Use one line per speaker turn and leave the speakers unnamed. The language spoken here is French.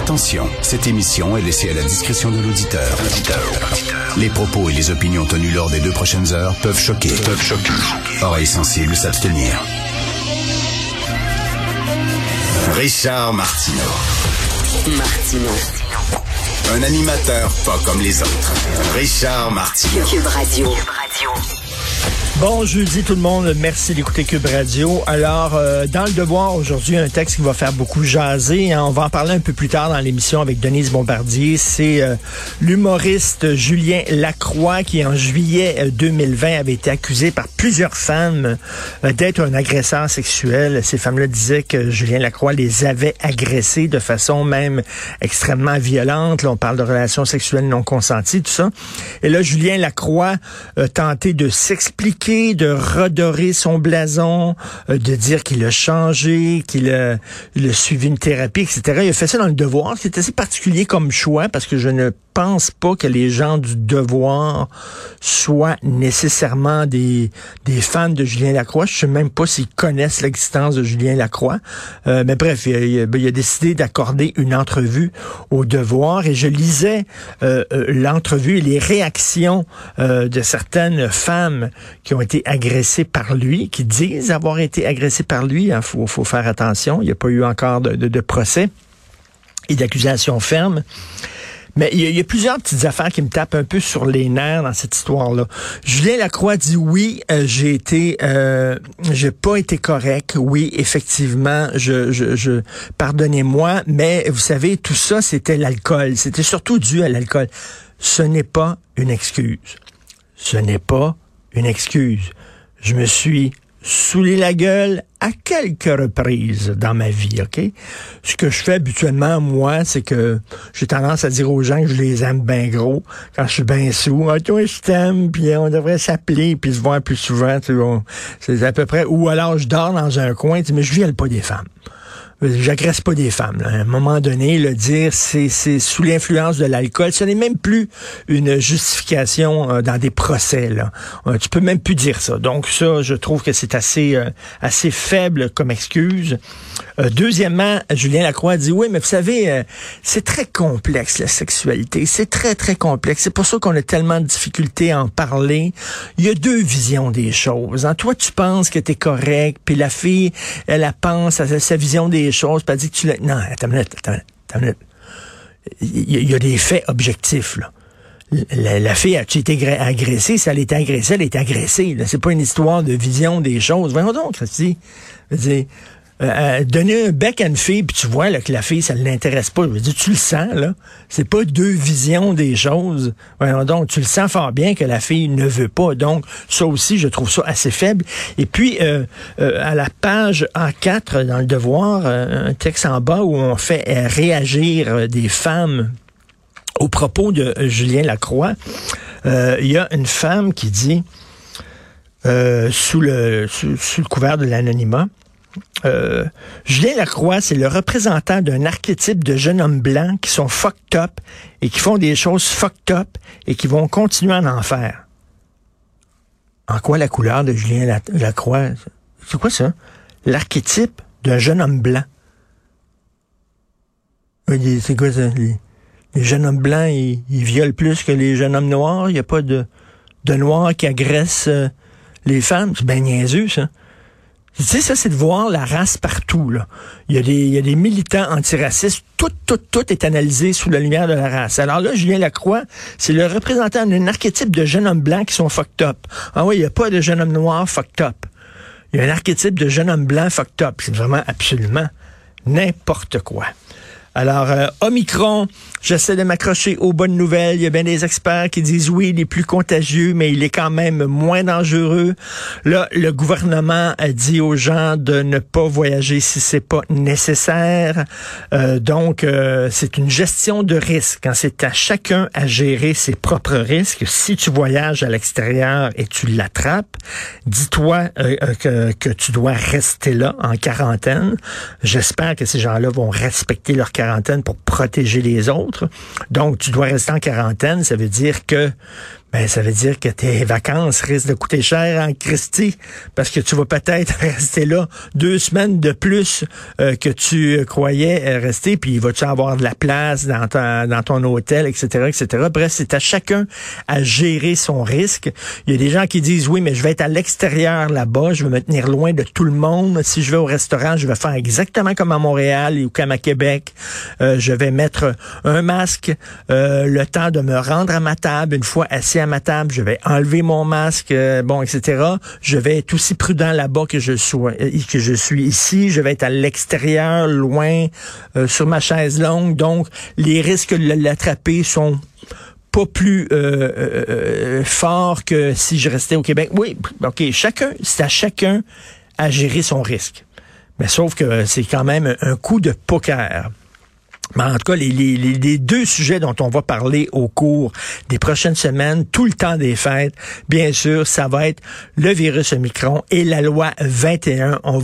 Attention, cette émission est laissée à la discrétion de l'auditeur. Les propos et les opinions tenues lors des 2 prochaines heures peuvent choquer. Oreilles sensibles s'abstenir. Richard Martineau. Un animateur pas comme les autres. Richard Martineau.
Cube Radio.
Bon jeudi tout le monde, merci d'écouter Cube Radio. Alors, dans le Devoir aujourd'hui, un texte qui va faire beaucoup jaser, hein. On va en parler un peu plus tard dans l'émission avec Denise Bombardier. C'est l'humoriste Julien Lacroix qui, en juillet 2020, avait été accusé par plusieurs femmes d'être un agresseur sexuel. Ces femmes-là disaient que Julien Lacroix les avait agressées de façon même extrêmement violente. Là, on parle de relations sexuelles non consenties, tout ça. Et là, Julien Lacroix a tenté de s'expliquer, de redorer son blason, de dire qu'il a changé, qu'il a suivi une thérapie, etc. Il a fait ça dans le Devoir. C'est assez particulier comme choix parce que je ne pense pas que les gens du Devoir soient nécessairement des fans de Julien Lacroix. Je sais même pas s'ils connaissent l'existence de Julien Lacroix. Mais bref, il a décidé d'accorder une entrevue au Devoir et je lisais l'entrevue et les réactions de certaines femmes qui ont été agressées par lui, qui disent avoir été agressées par lui. Il faut faire attention. Il n'y a pas eu encore de procès et d'accusations fermes. Mais il y a plusieurs petites affaires qui me tapent un peu sur les nerfs dans cette histoire-là. Julien Lacroix dit oui, j'ai pas été correct. Oui, effectivement, pardonnez-moi, mais vous savez, tout ça, c'était l'alcool. C'était surtout dû à l'alcool. Ce n'est pas une excuse. Ce n'est pas une excuse. Je me suis saoulé la gueule à quelques reprises dans ma vie, OK? Ce que je fais habituellement, moi, c'est que j'ai tendance à dire aux gens que je les aime bien gros quand je suis bien sous. Ah, toi, je t'aime, puis on devrait s'appeler, puis se voir plus souvent, tu vois. C'est à peu près. Ou alors, je dors dans un coin, tu dis, mais je viole pas des femmes. J'agresse pas des femmes. Là. À un moment donné, le dire, c'est sous l'influence de l'alcool. Ce n'est même plus une justification dans des procès. Là. Tu peux même plus dire ça. Donc ça, je trouve que c'est assez faible comme excuse. Deuxièmement, Julien Lacroix dit, oui, mais vous savez, c'est très complexe, la sexualité. C'est très, très complexe. C'est pour ça qu'on a tellement de difficultés à en parler. Il y a 2 visions des choses. Hein. Toi, tu penses que t'es correct, puis la fille, elle pense à sa vision des choses, puis elle dit que tu l'as... Non, attends une minute. Il y a des faits objectifs, là. La fille a-tu été agressée? Si elle était agressée, elle est agressée. Là. C'est pas une histoire de vision des choses. Voyons donc, Christy. Donner un bec à une fille, puis tu vois là, que la fille, ça ne l'intéresse pas. Je veux dire, tu le sens, là. C'est pas 2 visions des choses. Voyons donc, tu le sens fort bien que la fille ne veut pas. Donc, ça aussi, je trouve ça assez faible. Et puis, à la page A4 dans le Devoir, un texte en bas où on fait réagir des femmes au propos de Julien Lacroix, il y a une femme qui dit, sous le couvert de l'anonymat, Julien Lacroix, c'est le représentant d'un archétype de jeunes hommes blancs qui sont fucked up et qui font des choses fucked up et qui vont continuer à en faire. En quoi la couleur de Julien Lacroix? C'est quoi ça? L'archétype d'un jeune homme blanc. C'est quoi ça? Les jeunes hommes blancs, ils violent plus que les jeunes hommes noirs. Il n'y a pas de noirs qui agressent les femmes. C'est bien niaiseux, ça. Tu sais, ça, c'est de voir la race partout, là. Il y a des militants antiracistes. Tout est analysé sous la lumière de la race. Alors là, Julien Lacroix, c'est le représentant d'un archétype de jeunes hommes blancs qui sont fucked up. Ah oui, il n'y a pas de jeunes hommes noirs fucked up. Il y a un archétype de jeunes hommes blancs fucked up. C'est vraiment absolument n'importe quoi. Alors, Omicron, j'essaie de m'accrocher aux bonnes nouvelles. Il y a bien des experts qui disent oui, il est plus contagieux, mais il est quand même moins dangereux. Là, le gouvernement a dit aux gens de ne pas voyager si c'est pas nécessaire. Donc, c'est une gestion de risque. Hein. C'est à chacun à gérer ses propres risques. Si tu voyages à l'extérieur et tu l'attrapes, dis-toi que tu dois rester là en quarantaine. J'espère que ces gens-là vont respecter leur quarantaine pour protéger les autres. Donc, tu dois rester en quarantaine. Ça veut dire que ben ça veut dire que tes vacances risquent de coûter cher en Christie, parce que tu vas peut-être rester là 2 semaines de plus que tu croyais rester, puis vas-tu avoir de la place dans ton hôtel, etc., etc. Bref, c'est à chacun à gérer son risque. Il y a des gens qui disent, oui, mais je vais être à l'extérieur là-bas, je vais me tenir loin de tout le monde. Si je vais au restaurant, je vais faire exactement comme à Montréal ou comme à Québec. Je vais mettre un masque, le temps de me rendre à ma table. Une fois assis à ma table, je vais enlever mon masque, etc. Je vais être aussi prudent là-bas que je suis ici. Je vais être à l'extérieur, loin, sur ma chaise longue. Donc, les risques de l'attraper sont pas plus forts que si je restais au Québec. Oui, OK, c'est à chacun à gérer son risque. Mais sauf que c'est quand même un coup de poker. Mais en tout cas, les 2 sujets dont on va parler au cours des prochaines semaines, tout le temps des fêtes, bien sûr, ça va être le virus Omicron et la loi 21.